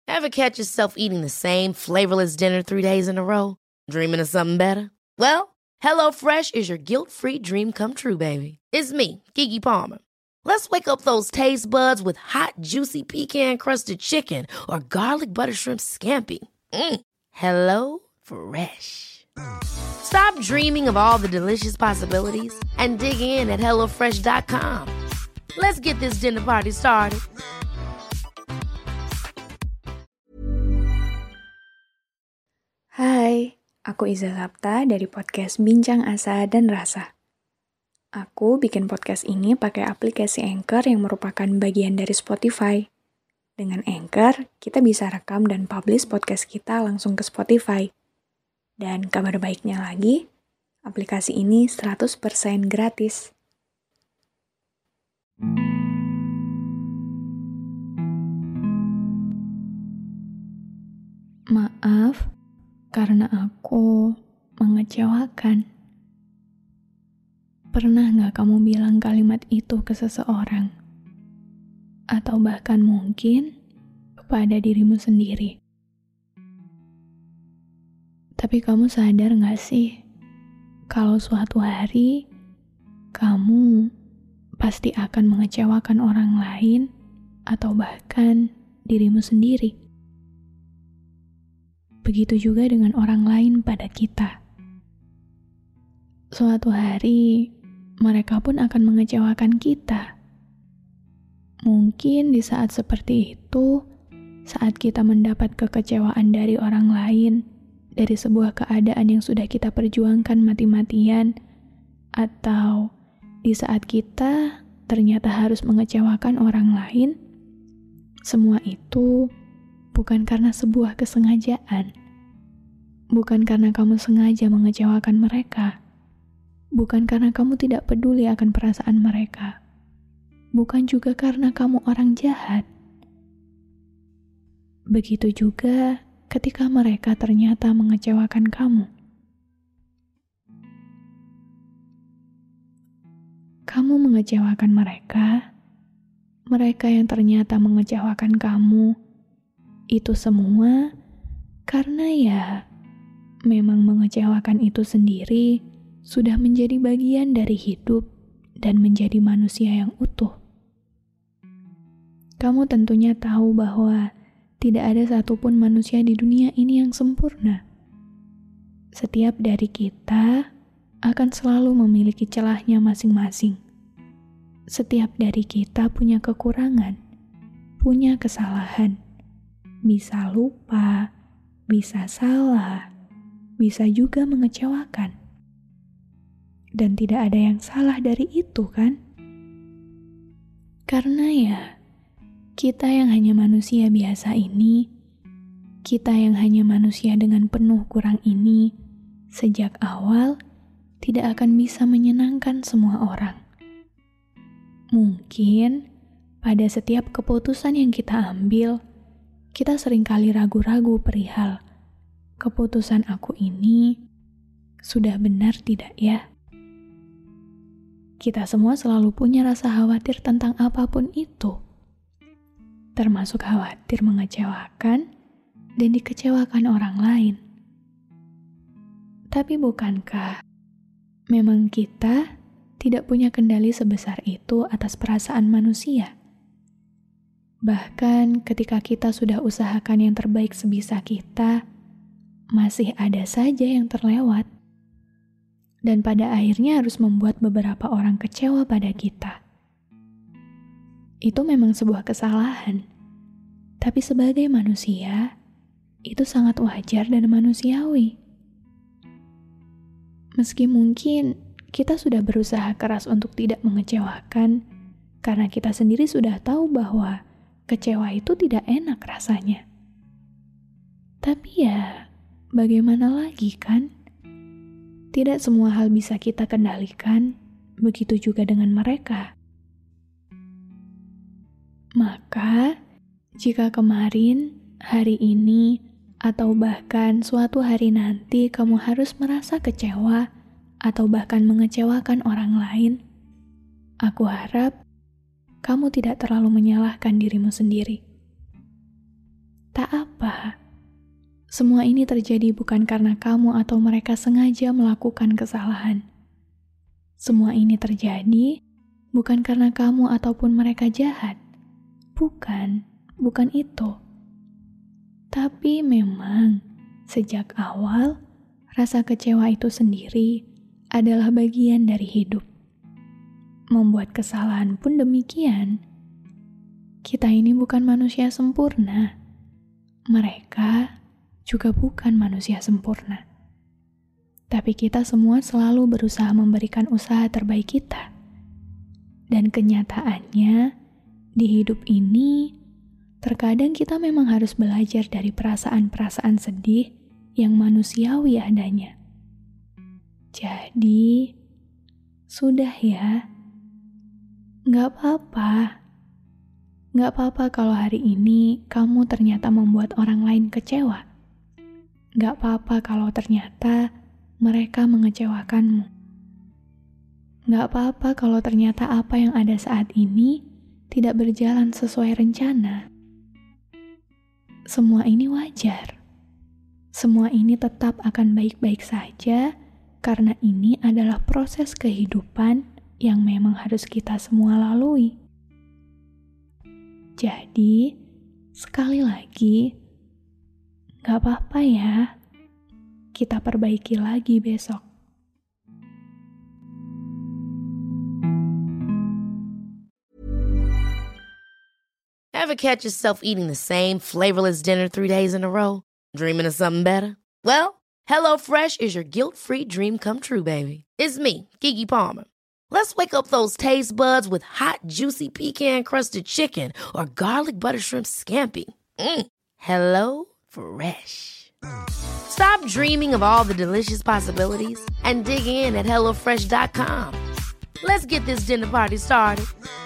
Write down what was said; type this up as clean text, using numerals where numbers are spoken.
Ever catch yourself eating the same flavorless dinner 3 days in a row? Dreaming of something better? Well, HelloFresh is your guilt-free dream come true, baby. It's me, Keke Palmer. Let's wake up those taste buds with hot, juicy pecan-crusted chicken or garlic butter shrimp scampi. Hello Fresh. Stop dreaming of all the delicious possibilities and dig in at HelloFresh.com. Let's get this dinner party started. Hai, aku Iza Sapta dari podcast Bincang Asa dan Rasa. Aku bikin podcast ini pakai aplikasi Anchor yang merupakan bagian dari Spotify. Dengan Anchor, kita bisa rekam dan publish podcast kita langsung ke Spotify. Dan kabar baiknya lagi, aplikasi ini 100% gratis. Maaf, karena aku mengecewakan. Pernah gak kamu bilang kalimat itu ke seseorang? Atau bahkan mungkin kepada dirimu sendiri? Tapi kamu sadar gak sih, kalau suatu hari kamu pasti akan mengecewakan orang lain atau bahkan dirimu sendiri? Begitu juga dengan orang lain pada kita. Suatu hari, mereka pun akan mengecewakan kita. Mungkin di saat seperti itu, saat kita mendapat kekecewaan dari orang lain, dari sebuah keadaan yang sudah kita perjuangkan mati-matian, atau di saat kita ternyata harus mengecewakan orang lain, semua itu bukan karena sebuah kesengajaan. Bukan karena kamu sengaja mengecewakan mereka. Bukan karena kamu tidak peduli akan perasaan mereka. Bukan juga karena kamu orang jahat. Begitu juga ketika mereka ternyata mengecewakan kamu. Kamu mengecewakan mereka, mereka yang ternyata mengecewakan kamu, itu semua karena ya, memang mengecewakan itu sendiri sudah menjadi bagian dari hidup dan menjadi manusia yang utuh. Kamu tentunya tahu bahwa tidak ada satupun manusia di dunia ini yang sempurna. Setiap dari kita akan selalu memiliki celahnya masing-masing. Setiap dari kita punya kekurangan, punya kesalahan. Bisa lupa, bisa salah, bisa juga mengecewakan. Dan tidak ada yang salah dari itu, kan? Karena ya, kita yang hanya manusia biasa ini, kita yang hanya manusia dengan penuh kurang ini, sejak awal tidak akan bisa menyenangkan semua orang. Mungkin pada setiap keputusan yang kita ambil, kita seringkali ragu-ragu perihal keputusan aku ini sudah benar tidak ya? Kita semua selalu punya rasa khawatir tentang apapun itu, termasuk khawatir mengecewakan dan dikecewakan orang lain. Tapi bukankah memang kita tidak punya kendali sebesar itu atas perasaan manusia? Bahkan ketika kita sudah usahakan yang terbaik sebisa kita, masih ada saja yang terlewat. Dan pada akhirnya harus membuat beberapa orang kecewa pada kita. Itu memang sebuah kesalahan. Tapi sebagai manusia, itu sangat wajar dan manusiawi. Meski mungkin kita sudah berusaha keras untuk tidak mengecewakan, karena kita sendiri sudah tahu bahwa kecewa itu tidak enak rasanya. Tapi ya, bagaimana lagi kan? Tidak semua hal bisa kita kendalikan, begitu juga dengan mereka. Maka, jika kemarin, hari ini, atau bahkan suatu hari nanti kamu harus merasa kecewa atau bahkan mengecewakan orang lain, aku harap kamu tidak terlalu menyalahkan dirimu sendiri. Tak apa. Semua ini terjadi bukan karena kamu atau mereka sengaja melakukan kesalahan. Semua ini terjadi bukan karena kamu ataupun mereka jahat. Bukan itu. Tapi memang sejak awal, rasa kecewa itu sendiri adalah bagian dari hidup. Membuat kesalahan pun demikian. Kita ini bukan manusia sempurna. Mereka juga bukan manusia sempurna. Tapi kita semua selalu berusaha memberikan usaha terbaik kita. Dan kenyataannya, di hidup ini, terkadang kita memang harus belajar dari perasaan-perasaan sedih yang manusiawi adanya. Jadi, sudah ya. Gak apa-apa. Gak apa-apa kalau hari ini kamu ternyata membuat orang lain kecewa. Gak apa-apa kalau ternyata mereka mengecewakanmu. Gak apa-apa kalau ternyata apa yang ada saat ini tidak berjalan sesuai rencana. Semua ini wajar. Semua ini tetap akan baik-baik saja karena ini adalah proses kehidupan yang memang harus kita semua lalui. Jadi, sekali lagi, gak apa-apa ya, kita perbaiki lagi besok. Ever catch yourself eating the same flavorless dinner 3 days in a row? Dreaming of something better? Well, HelloFresh is your guilt-free dream come true, baby. It's me, Keke Palmer. Let's wake up those taste buds with hot, juicy pecan-crusted chicken or garlic butter shrimp scampi. Hello Fresh. Stop dreaming of all the delicious possibilities and dig in at HelloFresh.com. Let's get this dinner party started.